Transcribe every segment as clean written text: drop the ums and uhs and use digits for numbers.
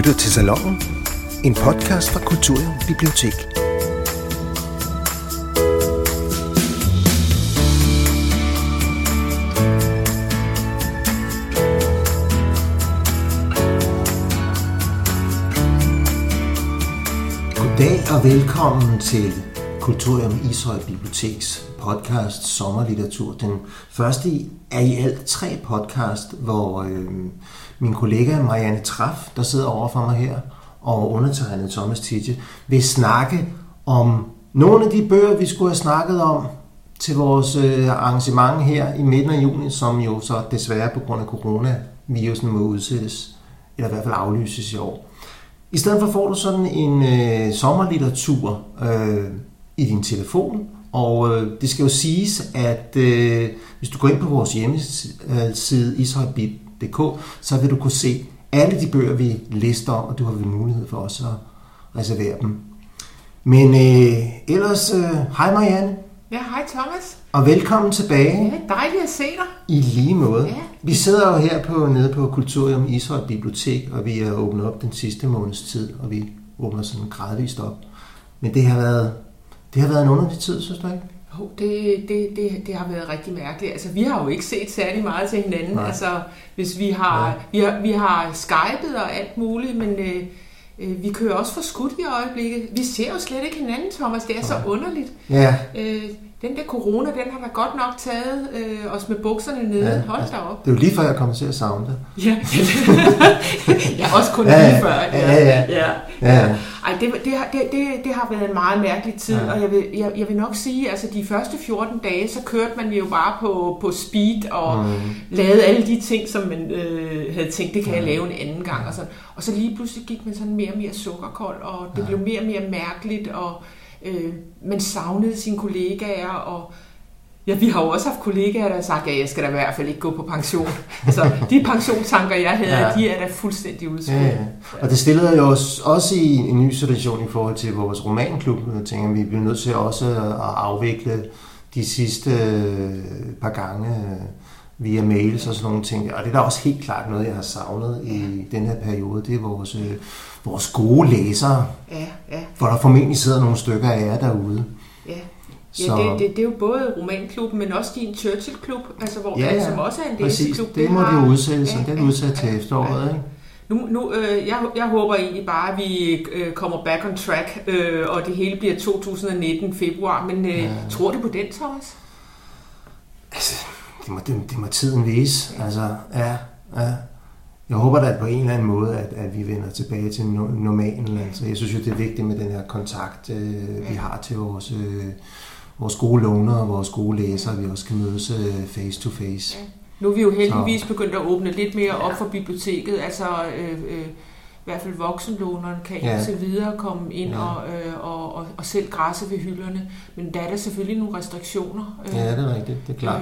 lytter til Salonen, en podcast fra Kulturium Bibliotek. Goddag og velkommen til Kulturium Ishøj Biblioteks podcast Sommerlitteratur. Den første af i alt 3 podcast, hvor min kollega Marianne Traff, der sidder over for mig her, og undertegnet Thomas Tidje, vil snakke om nogle af de bøger, vi skulle have snakket om til vores arrangement her i midten af juni, som jo så desværre på grund af coronavirusen må udsættes, eller i hvert fald aflyses i år. I stedet for får du sådan en sommerlitteratur i din telefon, og det skal jo siges, at hvis du går ind på vores hjemmeside ishøjbib.dk, så vil du kunne se alle de bøger, vi lister om, og du har vel mulighed for også at reservere dem. Men ellers, hej Marianne. Ja, hej Thomas. Og velkommen tilbage. Ja, dejligt at se dig. I lige måde. Ja. Vi sidder jo her nede på Kulturium Ishøj Bibliotek, og vi er åbnet op den sidste måneds tid, og vi åbner sådan gradvist op. Men det har været en underlig tid, synes du ikke? Jo, det har været rigtig mærkeligt. Altså, vi har jo ikke set særlig meget til hinanden. Nej. Altså, hvis vi har skypet og alt muligt, men vi kører også for skudt i øjeblikket. Vi ser jo slet ikke hinanden, Thomas. Det er så underligt. Ja. Den der corona, den har da godt nok taget os med bukserne nede. Ja, hold da op. Det er jo lige før, jeg kommer til at savne det. Ja, ja, også kun lige før. Ja. Ej, det har været en meget mærkelig tid, og jeg vil nok sige, altså de første 14 dage, så kørte man jo bare på speed og lavede alle de ting, som man havde tænkt, det kan jeg lave en anden gang. Og så lige pludselig gik man sådan mere og mere sukkerkold, og det blev mere og mere mærkeligt, og man savnede sine kollegaer, og ja, vi har jo også haft kollegaer, der har sagt, at jeg skal da i hvert fald ikke gå på pension. Så de pensionstanker, jeg havde, de er da fuldstændig udskrevet. Ja. Og det stillede jo også i en ny situation i forhold til vores romanklub. Jeg tænker, vi bliver nødt til også at afvikle de sidste par gange via mails og sådan nogle ting. Og det er da også helt klart noget, jeg har savnet i den her periode. Det er vores gode læsere. Ja. For der formentlig sidder nogle stykker af jer derude. Ja. Ja, det er jo både romanklubben, men også din Churchill-klub, altså, som også er en læseklub. Det må det udsættes, og den er udsat til efteråret, ikke? Jeg håber egentlig bare, at vi kommer back on track, og det hele bliver 2019 februar, men tror du på den, Thomas? Altså, det må tiden vise. Altså, ja. Jeg håber da på en eller anden måde, at vi vender tilbage til normalen. Altså, jeg synes jo, det er vigtigt med den her kontakt, vi har til vores gode lånere og vores gode læsere, vi også kan mødes face to face. Ja. Nu er vi jo heldigvis begyndt at åbne lidt mere op for biblioteket, altså i hvert fald voksenlånerne kan indtil videre komme ind og selv græsse ved hylderne, men der er der selvfølgelig nogle restriktioner. Ja, det er rigtigt, det er klart.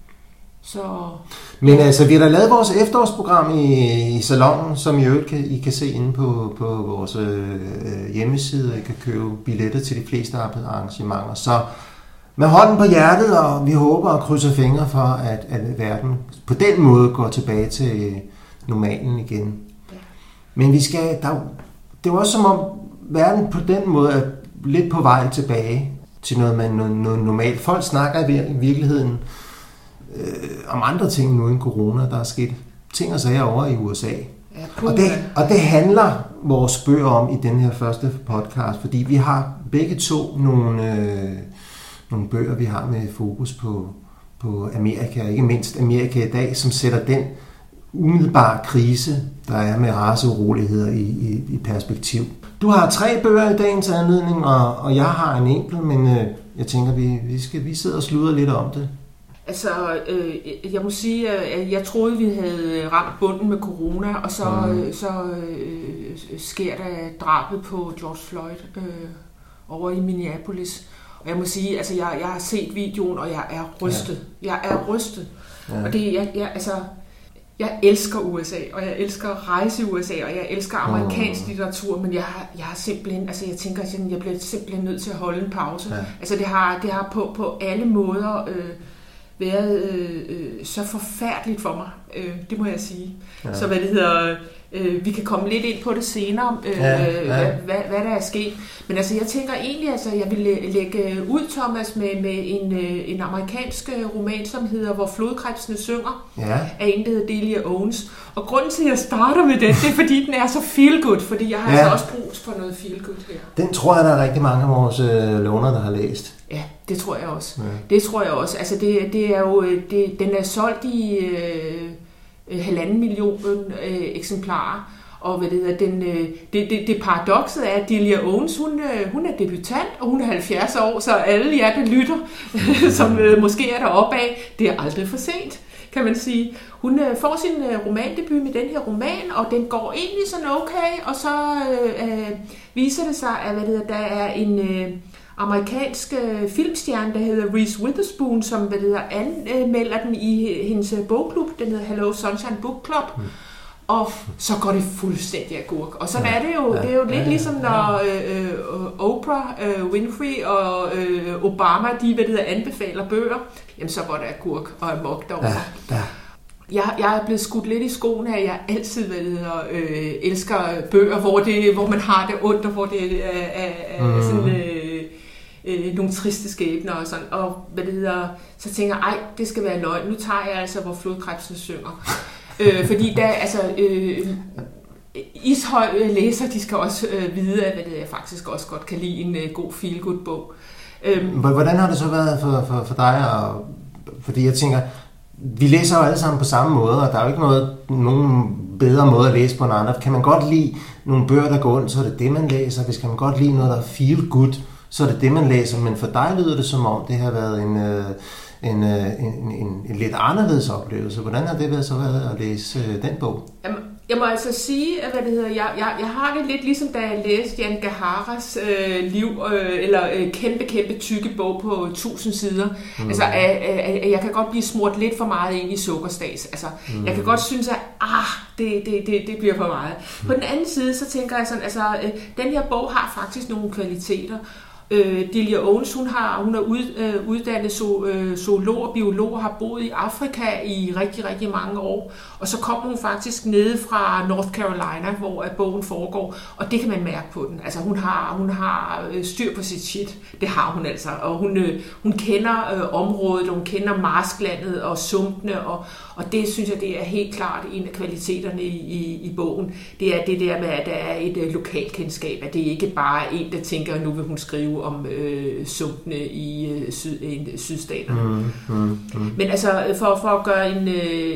Men altså, vi har da lavet vores efterårsprogram i Salonen, som I kan se inde på vores hjemmeside. I kan købe billetter til de fleste arrangementer. Så med hånden på hjertet, og vi håber og krydser fingre for, at verden på den måde går tilbage til normalen igen. Ja. Men det er jo også som om verden på den måde er lidt på vej tilbage til noget normalt. Folk snakker i virkeligheden om andre ting nu end corona. Der er sket ting og sager over i USA. Ja, og det handler vores bøger om i den her første podcast, fordi vi har begge to nogle bøger, vi har med fokus på Amerika, og ikke mindst Amerika i dag, som sætter den umiddelbare krise, der er med raceuroligheder i perspektiv. Du har 3 bøger i dagens anledning, og jeg har en enkelt, men jeg tænker, vi sidder og sluder lidt om det. Altså, jeg må sige, at jeg troede, vi havde ramt bunden med corona, og så sker der drabet på George Floyd over i Minneapolis. Og jeg må sige, altså, jeg har set videoen, og jeg er rystet. Ja. Jeg er rystet. Ja. Og det, jeg elsker USA, og jeg elsker at rejse i USA, og jeg elsker amerikansk litteratur, men jeg har simpelthen, altså jeg tænker, at jeg bliver simpelthen nødt til at holde en pause. Ja. Altså det har på alle måder været så forfærdeligt for mig, det må jeg sige. Ja. Så Vi kan komme lidt ind på det senere, hvad der er sket. Men altså, jeg tænker egentlig, altså, jeg vil lægge ud, Thomas, med en amerikansk roman, som hedder Hvor flodkrebsene synger, af en, der hedder Delia Owens. Og grunden til, at jeg starter med den, det er, fordi den er så feel-good, fordi jeg har altså også brug for noget feel-good her. Den tror jeg, der er rigtig mange af vores låner, der har læst. Ja, det tror jeg også. Ja. Det tror jeg også. Altså, det er jo, den er solgt i 1,5 million eksemplarer. Og hvad det paradokset er, at Delia Owens, hun er debutant, og hun er 70 år, så alle jer, der lytter, som måske er deroppe af, det er aldrig for sent, kan man sige. Hun får sin romandebut med den her roman, og den går egentlig sådan okay, og så viser det sig, at der er en amerikansk filmstjerne, der hedder Reese Witherspoon, som anmelder den i hendes bogklub, den hedder Hello Sunshine Book Club. Og så går det fuldstændig agurk. Og sådan er det jo. Det er jo lidt ligesom når Oprah Winfrey og Obama, de anbefaler bøger. Jamen så går det agurk og amok derovre. Jeg er blevet skudt lidt i skoene af, at jeg altid elsker bøger, hvor man har det ondt, og hvor det er sådan nogle triste skæbner og sådan. Og så tænker jeg, det skal være løgn. Nu tager jeg altså, hvor flodkrebsene synger. Fordi der, ishøj læser, de skal også vide, at jeg faktisk også godt kan lide en god feel-good bog. Hvordan har det så været for dig? Fordi jeg tænker, vi læser jo alle sammen på samme måde, og der er jo ikke nogen bedre måde at læse på end andre. Kan man godt lide nogle bøger, der går ondt, så er det det, man læser. Hvis kan man godt lide noget, der er feel-good, så er det det, man læser. Men for dig lyder det som om, det har været en lidt anderledes oplevelse. Hvordan har det været at læse den bog? Jeg må altså sige, at jeg har det lidt ligesom da jeg læste Jan Gaharas liv, eller kæmpe tykke bog på 1000 sider. Altså, jeg kan godt blive smurt lidt for meget ind i sukkerstads. Altså, jeg kan godt synes, at det bliver for meget. På den anden side, så tænker jeg sådan, den her bog har faktisk nogle kvaliteter. Delia Owens, hun er uddannet zoolog og biolog og har boet i Afrika i rigtig, rigtig mange år. Og så kommer hun faktisk nede fra North Carolina, hvor bogen foregår, og det kan man mærke på den. Altså hun har styr på sit shit. Det har hun altså. Og hun kender området, og hun kender marsklandet og sumpene, og det synes jeg, det er helt klart en af kvaliteterne i bogen. Det er det der med, at der er et lokalkendskab, at det ikke bare er en, der tænker, nu vil hun skrive om sumpene i sydstaterne. Men altså, for at gøre en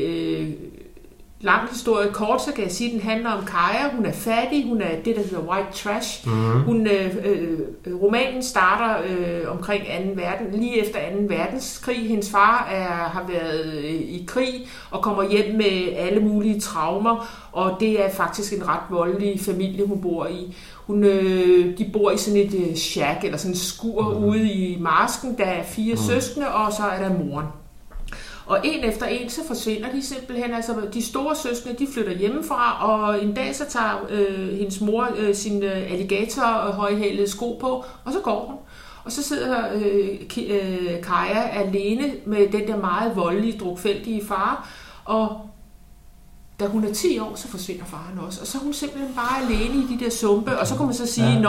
lang historie kort, så kan jeg sige, at den handler om Kaja. Hun er fattig, hun er det, der hedder white trash. Romanen starter omkring 2. verden, lige efter 2. verdenskrig. Hendes far har været i krig og kommer hjem med alle mulige traumer, og det er faktisk en ret voldelig familie, hun bor i. De bor i sådan et shack, eller sådan et skur ude i marsken. Der er 4 søskende, og så er der moren. Og en efter en, så forsvinder de simpelthen. Altså, de store søskende, de flytter hjemmefra, og en dag så tager hendes mor sin alligator-højhælede sko på, og så går hun. Og så sidder Kaja alene med den der meget voldelige, drukfældige far, og da hun er 10 år, så forsvinder faren også. Og så er hun simpelthen bare alene i de der sumpe, og så kan man så sige,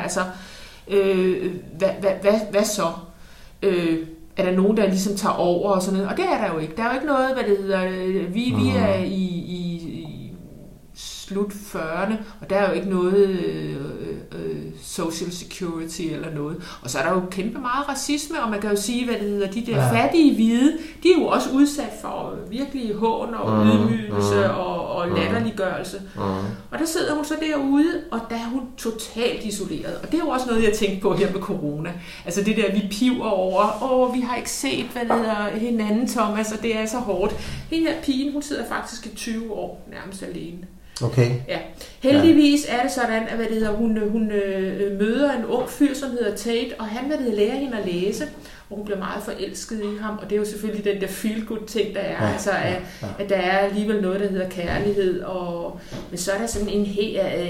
hvad så? Er der nogen, der ligesom tager over og sådan noget? Og det er der jo ikke. Der er jo ikke noget, vi er i slut 40'erne, og der er jo ikke noget social security eller noget. Og så er der jo kæmpe meget racisme, og man kan jo sige, de der fattige hvide, de er jo også udsat for virkelig hån og ydmygelse og latterliggørelse. Og der sidder hun så derude, og der er hun totalt isoleret. Og det er jo også noget, jeg tænkte på her med corona. Altså det der, vi piver over, vi har ikke set, hinanden, Thomas, og det er så hårdt. Hende her pigen, hun sidder faktisk i 20 år nærmest alene. Okay. Ja. Heldigvis er det sådan, at hun møder en ung fyr, som hedder Tate, og han lærer hende at læse, og hun bliver meget forelsket i ham, og det er jo selvfølgelig den der feel-good ting, der er, at der er alligevel noget, der hedder kærlighed, men så er der sådan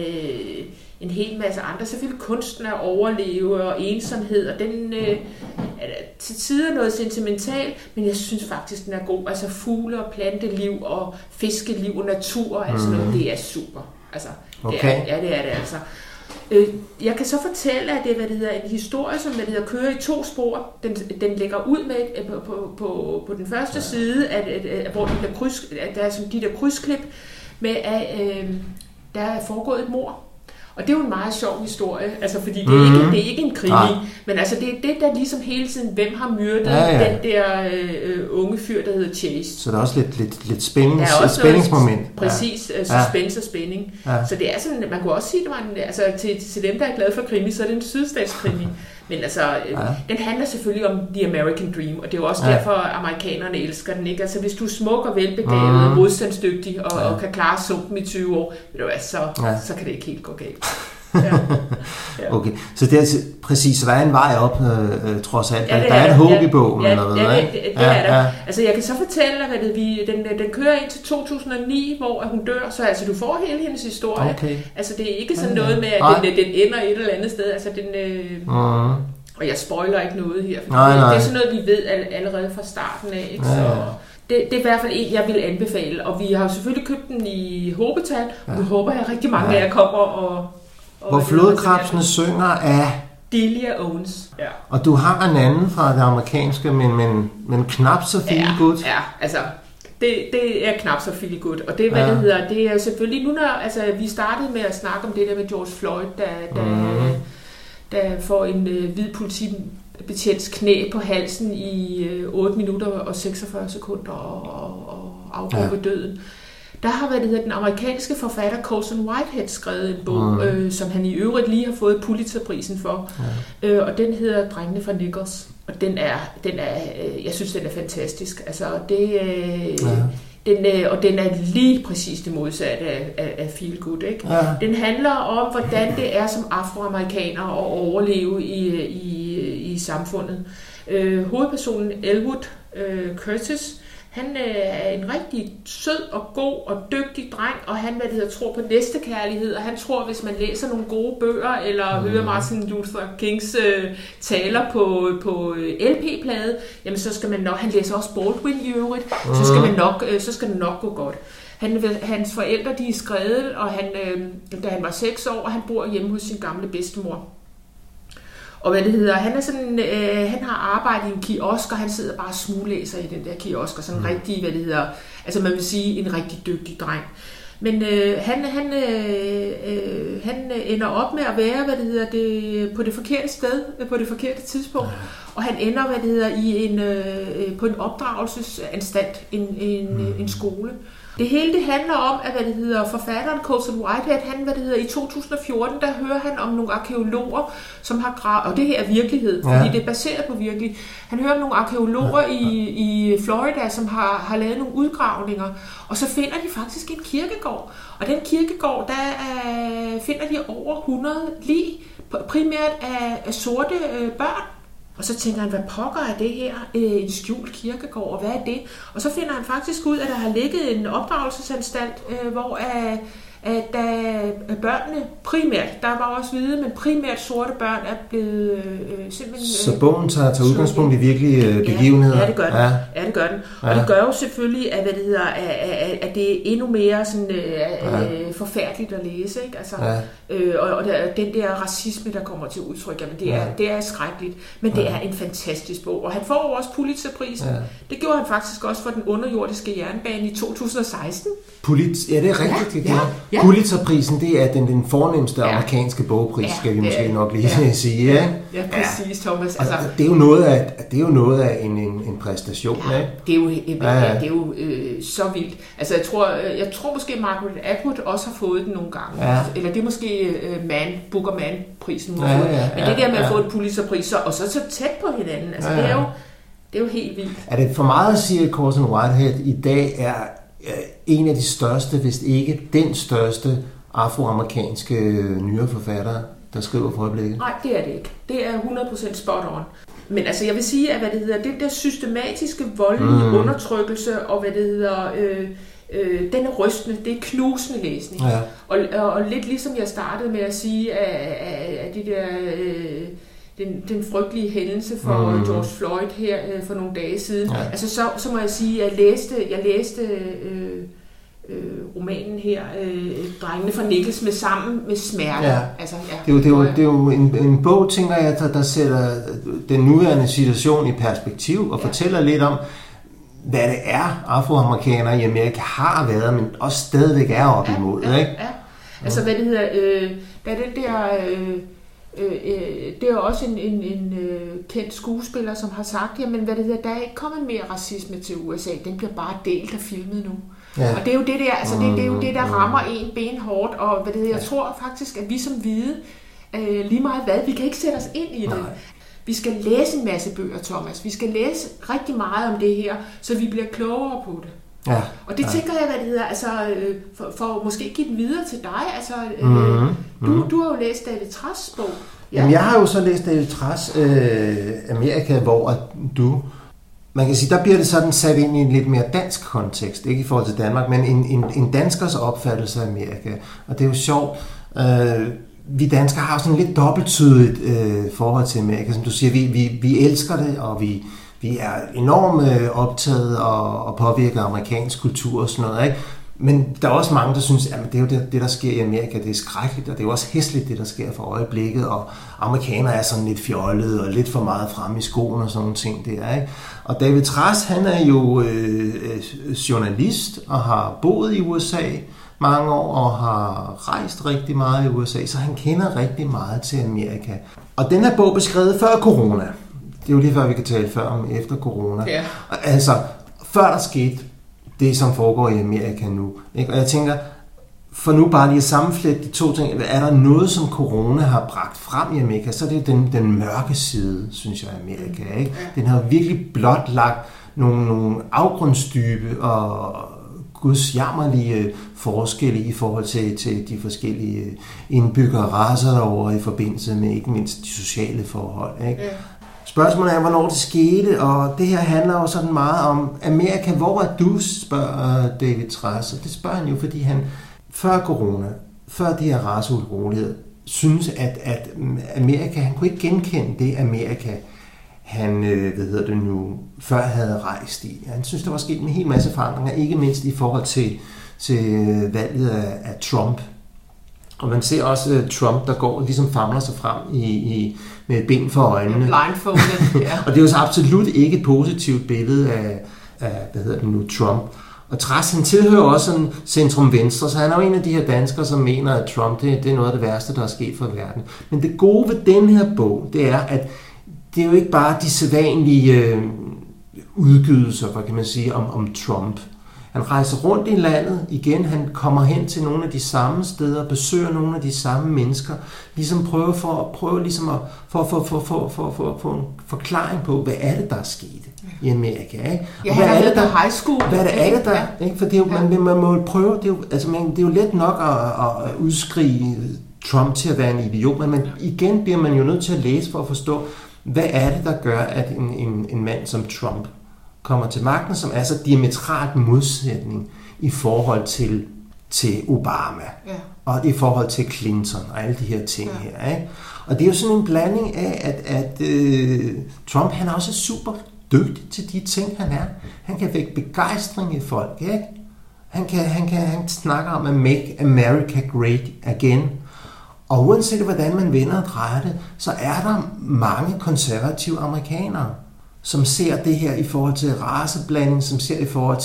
en hel masse andre, selvfølgelig kunsten at overleve og ensomhed, og den til tider noget sentimental, men jeg synes faktisk, den er god. Altså fugle og planteliv og fiskeliv og natur og altså noget, det er super. Altså, okay. Det er det altså. Jeg kan så fortælle, at det er en historie, som kører i 2 spor. Den lægger ud med på den første side, hvor der er sådan de der krydsklip med, at der er foregået et mord. Og det er jo en meget sjov historie, altså fordi det er ikke en krimi, men altså det er det, der ligesom hele tiden, hvem har myrdet den der unge fyr, der hedder Chase. Så der er også lidt spændingsmoment. Præcis, suspense og spænding. Ja. Så det er sådan, man kunne også sige, det var en, altså til dem, der er glade for krimi, så er det en sydstatskrimi. Men altså, den handler selvfølgelig om The American Dream, og det er jo også derfor, amerikanerne elsker den, ikke? Altså, hvis du er smuk og velbegavet, modstandsdygtig og kan klare sumpen i 20 år, ved du hvad, så kan det ikke helt gå galt. Ja. Okay, så det er præcis, så der er en vej op, trods alt. Der er et håb i bogen, eller hvad? Ja, det er der. Altså, jeg kan så fortælle dig, den kører ind til 2009, hvor hun dør, så altså, du får hele hendes historie. Okay. Altså, det er ikke sådan noget med, at den ender et eller andet sted. Altså, og jeg spoiler ikke noget her, for det er sådan noget, vi ved allerede fra starten af, ikke? Så det er i hvert fald en, jeg vil anbefale, og vi har selvfølgelig købt den i håbetal, og nu håber jeg rigtig mange af jer kommer og hvor flodkrebsene synger af Delia Owens. Ja. Og du har en anden fra det amerikanske, men knap så feel good. Ja, altså det er knap så feel good. Og det det hedder, det er selvfølgelig nu, når altså vi startede med at snakke om det der med George Floyd, der får en hvid politibetjents knæ på halsen i 8 minutter og 46 sekunder og afgår ved døden. Der har den amerikanske forfatter Colson Whitehead skrevet en bog, som han i øvrigt lige har fået Pulitzerprisen for. Og den hedder Drengene fra Nichols. Og den er, jeg synes, den er fantastisk. Altså, den er lige præcis det modsatte af feel good, ikke? Ja. Den handler om, hvordan det er som afroamerikaner at overleve i samfundet. Hovedpersonen Elwood Curtis, han er en rigtig sød og god og dygtig dreng, og han tror på næstekærlighed, og han tror, hvis man læser nogle gode bøger, eller hører Martin Luther Kings taler på LP-plade, jamen så skal man nok, han læser også Baldwin i øvrigt, så skal det nok gå godt. Hans forældre, de er skredet, og da han var 6 år, og han bor hjemme hos sin gamle bedstemor. Og han er sådan, han har arbejdet i en kiosk, og han sidder bare og smuglæser i den der kiosk, og sådan rigtig, altså man vil sige, en rigtig dygtig dreng. Men han ender op med at være, på det forkerte sted, på det forkerte tidspunkt, og han ender, på en opdragelsesanstalt, en skole. Det hele det handler om, at forfatteren Colson Whitehead, i 2014, der hører han om nogle arkæologer, som har gravet, og det her er virkelighed, fordi det er baseret på virkelighed. Han hører om nogle arkæologer i Florida, som har lavet nogle udgravninger, og så finder de faktisk en kirkegård. Og den kirkegård, der finder de over 100 lig, primært af sorte børn. Og så tænker han, hvad pokker er det her? En skjult kirkegård, og hvad er det? Og så finder han faktisk ud, at der har ligget en opdragelsesanstalt, hvor børnene primært, der var også hvide, men primært sorte børn er blevet simpelthen... Så bogen tager udgangspunkt i virkelige begivenheder? Ja, det gør den. Ja, det gør den. Og det gør jo selvfølgelig, at det er endnu mere sådan, forfærdeligt at læse, ikke? Altså, og den der racisme, der kommer til udtryk, jamen det er skrækkeligt, men det er en fantastisk bog. Og han får jo også Pulitzerprisen. Det gjorde han faktisk også for den underjordiske jernbane i 2016. Ja, det er rigtigt. Ja. Pulitzerprisen, det er den fornemste amerikanske bogpris, skal vi måske nok lige sige. Ja, præcis, Thomas. Altså, det er jo noget af en præstation, ikke? Det er jo så vildt. Altså, jeg tror måske Margaret Atwood også har fået den nogle gange. Ja. Eller det er måske Booker Man-prisen, hun har fået. Men det der med at få et Pulitzerpris, og så tæt på hinanden, altså, det er jo helt vildt. Er det for meget at sige, at Colson Whitehead i dag er en af de største, hvis ikke den største afroamerikanske nyere forfatter, der skriver for øjeblikket? Nej, det er det ikke. Det er 100% spot on. Men altså, jeg vil sige, at den der systematiske voldelige undertrykkelse, og den er rystende, det er knusende læsning. Ja. Og lidt ligesom jeg startede med at sige, at den frygtelige hændelse for George Floyd her for nogle dage siden. Ja. Altså så må jeg sige, at jeg læste romanen her, Drengene fra Nickels sammen med smerte. Ja. Altså, Det er jo en bog, tænker jeg, der sætter den nuværende situation i perspektiv og fortæller lidt om, hvad det er, afroamerikanere i Amerika har været, men også stadigvæk er op imod. Ikke? Ja. Altså, hvad det hedder, der er den der... det er også en kendt skuespiller, som har sagt, jamen hvad det hedder, der er ikke kommet mere racisme til USA, den bliver bare delt og filmet nu. Ja. Og det er jo det der, altså det er jo det, der rammer en benhårdt, og hvad det hedder, jeg tror faktisk, at vi som hvide, lige meget hvad, vi kan ikke sætte os ind i det. Nej. Vi skal læse en masse bøger, Thomas. Vi skal læse rigtig meget om det her, så vi bliver klogere på det. Ja. Og det tænker jeg, hvad det hedder, altså for måske give den videre til dig. Altså, du har jo læst David Trads bog. Ja. Jamen, jeg har jo så læst David Trads Amerika, hvor man kan sige, der bliver det sådan sat ind i en lidt mere dansk kontekst, ikke i forhold til Danmark, men en danskers opfattelse af Amerika. Og det er jo sjovt. Vi danskere har sådan lidt dobbelttydigt forhold til Amerika. Som du siger, vi elsker det, og vi er enormt optaget og påvirker amerikansk kultur og sådan noget, ikke? Men der er også mange, der synes, at det er jo det, der sker i Amerika, det er skrækkeligt, og det er jo også hæsligt, det der sker for øjeblikket, og amerikanere er sådan lidt fjollede og lidt for meget fremme i skoene og sådan nogle ting der, ikke? Og David Trads, han er jo journalist og har boet i USA mange år og har rejst rigtig meget i USA, så han kender rigtig meget til Amerika. Og den her bog beskrevet før corona. Det er jo lige før, vi kan tale før om efter corona. Ja. Altså, før der skete det, som foregår i Amerika nu. Ikke? Og jeg tænker, for nu bare lige at sammenflette de to ting, er der noget, som corona har bragt frem i Amerika, så er det den mørke side, synes jeg, af Amerika. Ikke? Den har virkelig blotlagt nogle afgrundsdybe og gudsjammerlige forskelle i forhold til de forskellige indbyggerracer derovre i forbindelse med ikke mindst de sociale forhold. Ikke? Ja. Spørgsmålet er, hvornår det skete, og det her handler jo sådan meget om Amerika. Hvor er du, spørger David Trads, og det spørger han jo, fordi han før corona, før de her raceuroligheder, synes, at Amerika, han kunne ikke genkende det Amerika, han før havde rejst i. Han synes, der var sket en hel masse forandringer, ikke mindst i forhold til valget af Trump. Og man ser også Trump, der går ligesom famler sig frem med et ben for øjnene. Blindfoldet, ja. Og det er jo så absolut ikke et positivt billede af Trump. Og Trads, han tilhører også sådan centrum-venstre, så han er jo en af de her danskere, som mener, at Trump, det er noget af det værste, der er sket for verden. Men det gode ved den her bog, det er, at det er jo ikke bare de sædvanlige udgydelser, hvad kan man sige, om Trump. Han rejser rundt i landet igen, han kommer hen til nogle af de samme steder, besøger nogle af de samme mennesker, ligesom prøver ligesom at få en forklaring på, hvad er det, der er sket i Amerika, ikke? Ja, han er der high school. Hvad er det, der, ikke? For det er jo, man må jo prøve, det er jo let nok at udskrige Trump til at være en idiot, men igen bliver man jo nødt til at læse for at forstå, hvad er det, der gør, at en mand som Trump kommer til magten, som er så diametralt modsætning i forhold til Obama, og i forhold til Clinton og alle de her ting her. Ikke? Og det er jo sådan en blanding af, at Trump, han er også super dygtig til de ting, han er. Han kan vække begejstring i folk, ikke? Han snakker om at make America great again. Og uanset hvordan man vender og drejer det, så er der mange konservative amerikanere, som ser det her i forhold til raceblanding, som ser det i forhold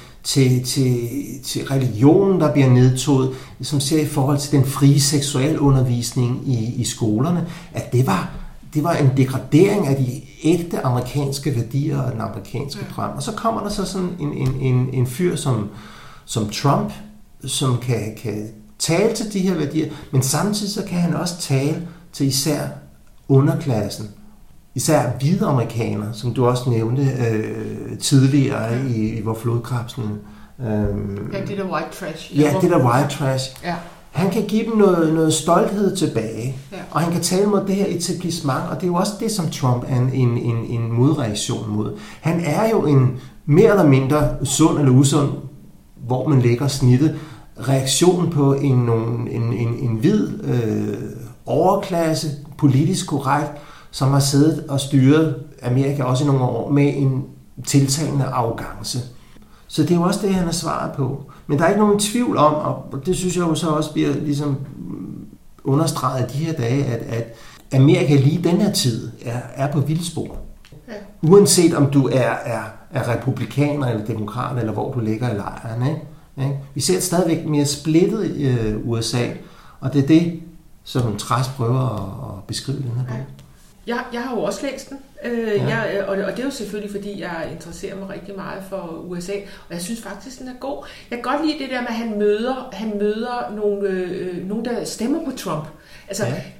til religionen, der bliver nedtoget, som ser i forhold til den frie seksualundervisning i skolerne, at det var en degradering af de ægte amerikanske værdier og den amerikanske drøm. Og så kommer der så sådan en fyr som Trump, som kan tale til de her værdier, men samtidig så kan han også tale til især underklassen, især hvide amerikanere, som du også nævnte tidligere i hvor flodkrebsene. Det der white trash. Ja, det der white trash. Ja. Han kan give dem noget stolthed tilbage, og han kan tale mod det her etablissement, og det er jo også det, som Trump er en modreaktion mod. Han er jo en mere eller mindre sund eller usund, hvor man lægger snittet, reaktion på en hvid overklasse, politisk korrekt, som har siddet og styret Amerika også i nogle år med en tiltagende arrogance. Så det er jo også det, han har svaret på. Men der er ikke nogen tvivl om, og det synes jeg jo så også bliver ligesom understreget de her dage, at Amerika lige den her tid er på vildspor. Ja. Uanset om du er republikaner eller demokrat, eller hvor du ligger i lejren. Ikke? Vi ser stadigvæk mere splittet i USA, og det er det, som Træs prøver at beskrive den her bog. Jeg har jo også læst den, og det er jo selvfølgelig, fordi jeg interesserer mig rigtig meget for USA, og jeg synes faktisk, den er god. Jeg kan godt lide det der med, at han møder nogen, der stemmer på Trump. Altså,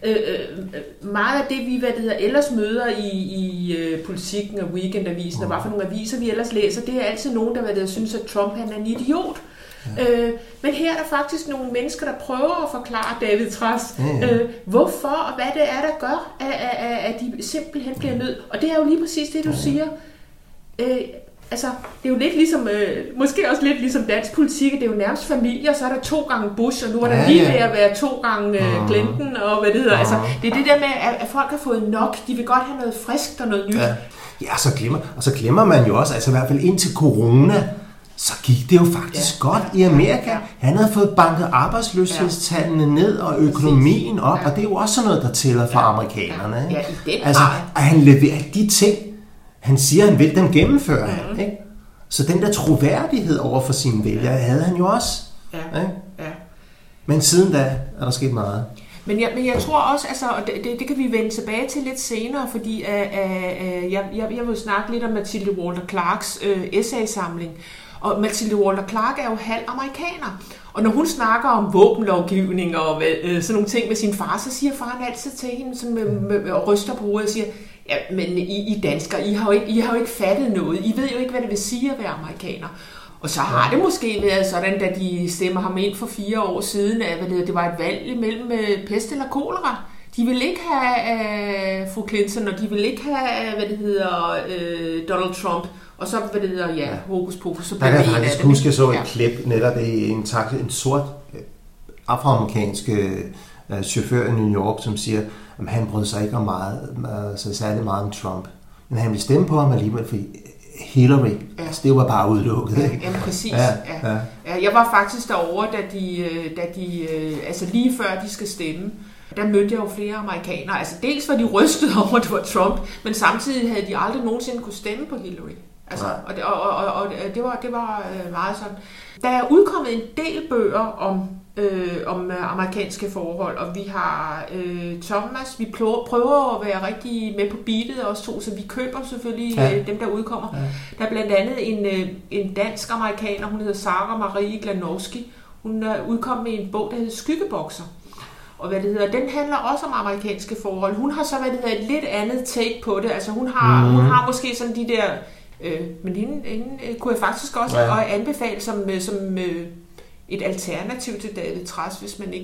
meget af det, vi ellers møder i Politikken og Weekendavisen, og hvad for nogle aviser, vi ellers læser, det er altid nogen, der synes, at Trump han er en idiot. Ja. Men her er der faktisk nogle mennesker, der prøver at forklare David Trads, hvorfor og hvad det er, der gør, at de simpelthen bliver nødt. Og det er jo lige præcis det, du siger. Altså, det er jo lidt ligesom, måske også lidt ligesom dansk politik, det er jo nærmest familier, så er der 2 gange Bush, og nu er der lige ved at være 2 gange Clinton, og hvad det hedder. Altså, det er det der med, at folk har fået nok, de vil godt have noget friskt og noget nyt. Ja, så glemmer man jo også, altså i hvert fald indtil corona, så gik det jo faktisk godt i Amerika. Ja. Han havde fået banket arbejdsløshedstallene ned og økonomien op, og det er jo også sådan noget, der tæller for amerikanerne. Ikke? Ja, i den altså, at han leverer de ting, han siger, han vil dem gennemføre. Ikke? Så den der troværdighed over for sine vælgere havde han jo også. Ja. Ikke? Ja. Men siden da er der sket meget. Men jeg tror også, altså, og det kan vi vende tilbage til lidt senere, fordi jeg vil snakke lidt om Mathilde Walter Clarks essaysamling. Og Mathilde Walter Clark er jo halv amerikaner. Og når hun snakker om våbenlovgivning og sådan nogle ting med sin far, så siger faren altid til hende sådan og ryster på hovedet og siger, ja, men I danskere, I har jo ikke fattet noget. I ved jo ikke, hvad det vil sige at være amerikaner. Og så har det måske været sådan, da de stemmer ham ind for 4 år siden, at det var et valg imellem pest eller kolera. De vil ikke have fru Clinton, og de vil ikke have, Donald Trump. Og så, hokus pokus, så bliver det en af dem. Jeg kan faktisk huske, jeg så et klip netop i en sort afroamerikansk chauffør i New York, som siger, at han brød sig ikke om så særlig meget om Trump. Men han ville stemme på ham alligevel, fordi Hillary, altså det var bare udelukket. Ja, præcis. Ja. Jeg var faktisk derovre, da de altså lige før de skal stemme, der mødte jeg jo flere amerikanere. Altså dels var de rystede over, at det var Trump, men samtidig havde de aldrig nogensinde kunne stemme på Hillary. Altså, og det var meget sådan. Der er udkommet en del bøger om amerikanske forhold, og vi har Thomas, vi prøver at være rigtig med på beatet også to, så vi køber selvfølgelig dem, der udkommer. Ja. Der er blandt andet en dansk-amerikaner, hun hedder Sara Marie Glanowski. Hun er udkommet med en bog, der hedder Skyggebokser. Og den handler også om amerikanske forhold. Hun har så et lidt andet take på det. Altså hun har måske sådan de der... men hende kunne jeg faktisk også anbefale som et alternativ til David Trads, hvis man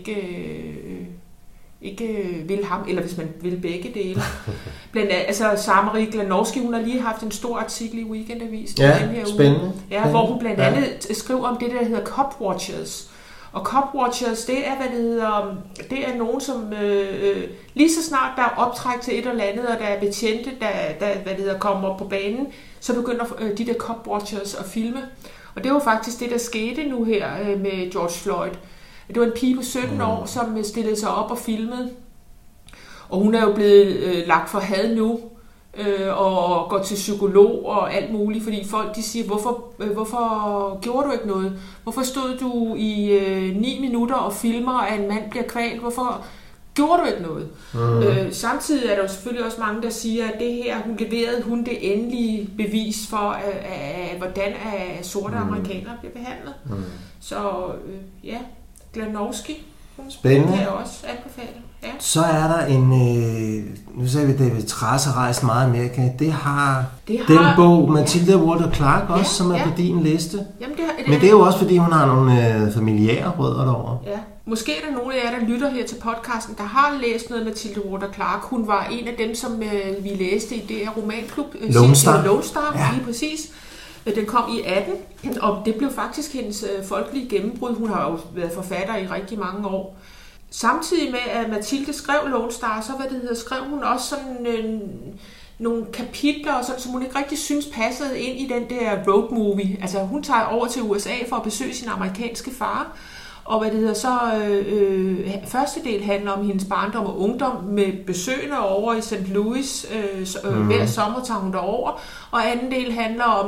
ikke vil ham, eller hvis man vil begge dele. Sara Marie Glanowski, hun har lige haft en stor artikel i Weekendavisen den her spændende. uge, hvor hun blandt andet skriver om det, der hedder Cop Watchers. Og Cop Watchers, det er, det er nogen, som lige så snart der er optræk til et eller andet, og der er betjente, der kommer op på banen, så begynder de der Cop Watchers at filme. Og det var faktisk det, der skete nu her med George Floyd. Det var en pige på 17 år, som stillede sig op og filmede. Og hun er jo blevet lagt for had nu, og går til psykolog og alt muligt, fordi folk de siger, hvorfor gjorde du ikke noget? Hvorfor stod du i 9 minutter og filmer, at en mand bliver kvalt? Hvorfor gjorde du ikke noget? Samtidig er der jo selvfølgelig også mange, der siger, at det her, hun leverede det endelige bevis for, hvordan sorte amerikanere bliver behandlet. Så Glanowski, spændende. Kan jeg også anbefale. Ja. Så er der nu sagde vi, David Trads har rejst meget Amerika. Det har den bog, Mathilde Walter Clark også, som er på din liste. Jamen, men det er jo også, fordi hun har nogle familiære rødder derovre. Ja. Måske er der nogle af jer, der lytter her til podcasten, der har læst noget med Mathilde Walter Clark. Hun var en af dem, som vi læste i DR Romanklub. Lone Star. Lige præcis. Den kom i 18, og det blev faktisk hendes folkelige gennembrud. Hun har jo været forfatter i rigtig mange år. samtidig med, at Mathilde skrev Lone Star, så skrev hun også sådan nogle kapitler, og sådan, som hun ikke rigtig synes passede ind i den der road movie. Altså hun tager over til USA for at besøge sin amerikanske far, og første del handler om hendes barndom og ungdom med besøgende over i St. Louis. Hver sommer tager hun derover, og anden del handler om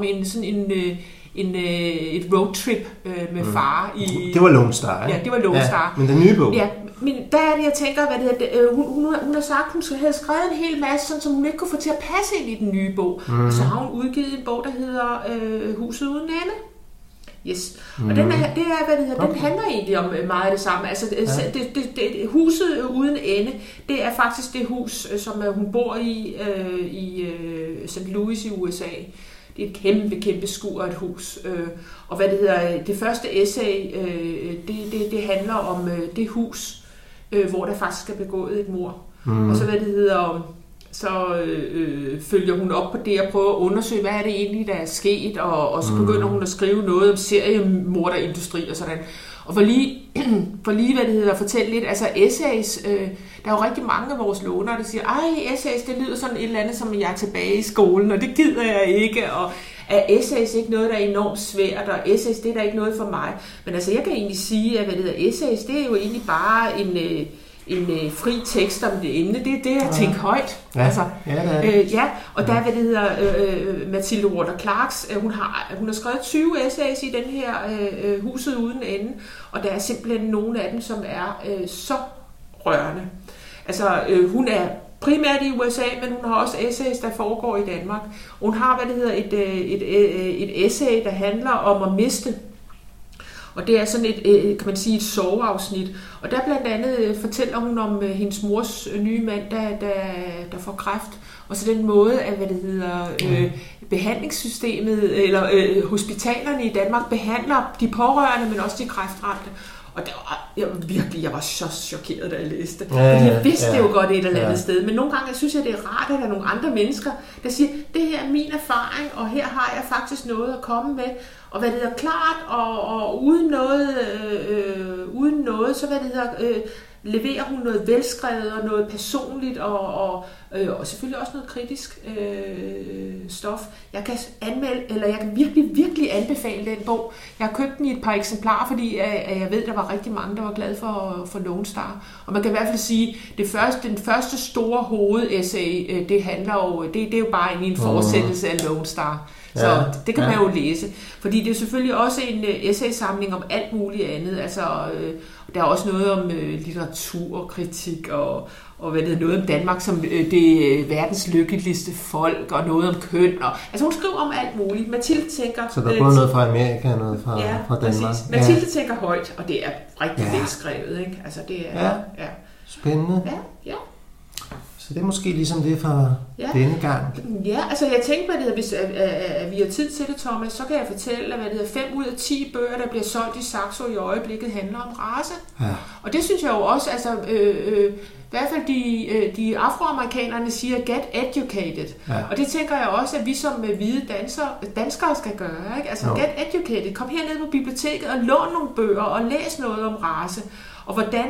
et roadtrip med far i... Det var Lone Star, ikke? Ja, det var Lone Star. Men den nye bog? Ja, men der er det, jeg tænker, hun har sagt, hun havde skrevet en hel masse, sådan, som hun ikke kunne få til at passe ind i den nye bog. Og så har hun udgivet en bog, der hedder Huset uden ende. Yes. Og den handler egentlig om meget af det samme. Altså, huset uden ende, det er faktisk det hus, som hun bor i St. Louis i USA. Det er et kæmpe skur af et hus. Og det første essay, det handler om det hus, hvor der faktisk er begået et mord. Og så følger hun op på det og prøver at undersøge, hvad er det egentlig, der er sket, og så begynder hun at skrive noget om seriemorderindustri og sådan. Og for lige at fortælle lidt, altså essays, der er jo rigtig mange af vores lånere, der siger, essays, det lyder sådan et eller andet, som jeg er tilbage i skolen, og det gider jeg ikke, og er essays ikke noget, der er enormt svært, og essays, det er der ikke noget for mig. Men altså, jeg kan egentlig sige, at essays, det er jo egentlig bare en fri tekst om det emne. Det er det, jeg tænker højt. Ja. Altså, Ja, og der Mathilde Walter Clarks, hun har skrevet 20 essays i den her Huset uden ende, og der er simpelthen nogle af dem, som er så rørende. Altså, hun er primært i USA, men hun har også essays, der foregår i Danmark. Hun har, et essay, der handler om at miste. Og det er sådan kan man sige, et sorgafsnit. Og der blandt andet fortæller hun om hendes mors nye mand, der får kræft. Og så den måde, at behandlingssystemet, eller hospitalerne i Danmark behandler de pårørende, men også de kræftramte. Og jeg var så chokeret, da jeg læste det. Fordi jeg vidste det jo godt et eller andet sted. Men nogle gange synes jeg, det er rart, at der er nogle andre mennesker, der siger, det her er min erfaring, og her har jeg faktisk noget at komme med. Og klart, og uden noget, så leverer hun noget velskrevet og noget personligt, og selvfølgelig også noget kritisk stof. Jeg kan virkelig anbefale den bog. Jeg har købt den i et par eksemplarer, fordi jeg ved, der var rigtig mange, der var glade for Lone Star. Og man kan i hvert fald sige, den første store hovedessay, det handler jo, det er jo bare en fortsættelse af Lone Star. Så det kan man jo læse. Fordi det er selvfølgelig også en essaysamling om alt muligt andet. Altså, der er også noget om litteraturkritik og noget om Danmark som det verdens lykkeligste folk, og noget om køn. Altså hun skriver om alt muligt. Mathilde tænker... Så der er både noget fra Amerika og noget fra Danmark. Præcis. Mathilde tænker højt, og det er rigtig velskrevet, ikke? Altså det er... Ja. Spændende. Ja. Så det er måske ligesom det for denne gang. Ja, altså jeg tænkte på det, hvis vi har tid til det, Thomas, så kan jeg fortælle, at 5 ud af 10 bøger, der bliver solgt i Saxo i øjeblikket, handler om race. Ja. Og det synes jeg jo også, altså i hvert fald de afroamerikanerne siger, get educated. Ja. Og det tænker jeg også, at vi som hvide danskere skal gøre. Ikke? Altså get educated. Kom herned på biblioteket og lån nogle bøger og læs noget om race. Og hvordan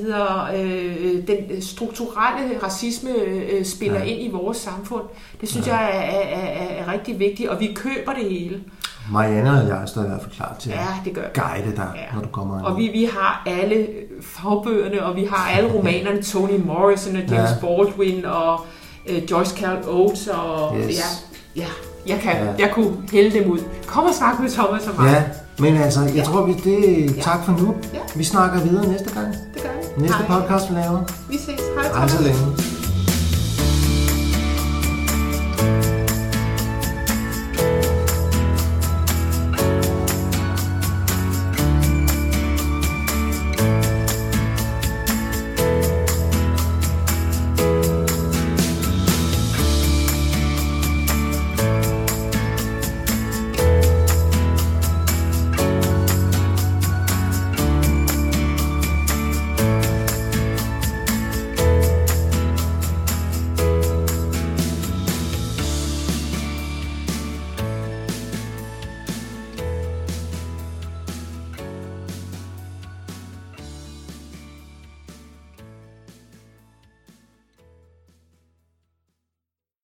den strukturelle racisme spiller ind i vores samfund. Det synes jeg er rigtig vigtigt, og vi køber det hele. Marianne og jeg står i hvert fald klar til at guide dig, når du kommer ind. Og vi har alle fagbøgerne, og vi har alle romanerne, Toni Morrison og James Baldwin og Joyce Carol Oates. Og jeg kunne hælde dem ud. Kom og snak med Thomas og mig. Ja, men altså, jeg tror, tak for nu. Ja. Vi snakker videre næste gang. Det gør vi. Næste podcast, vi laver. Vi ses. Hej, Thomas. Hej så længe.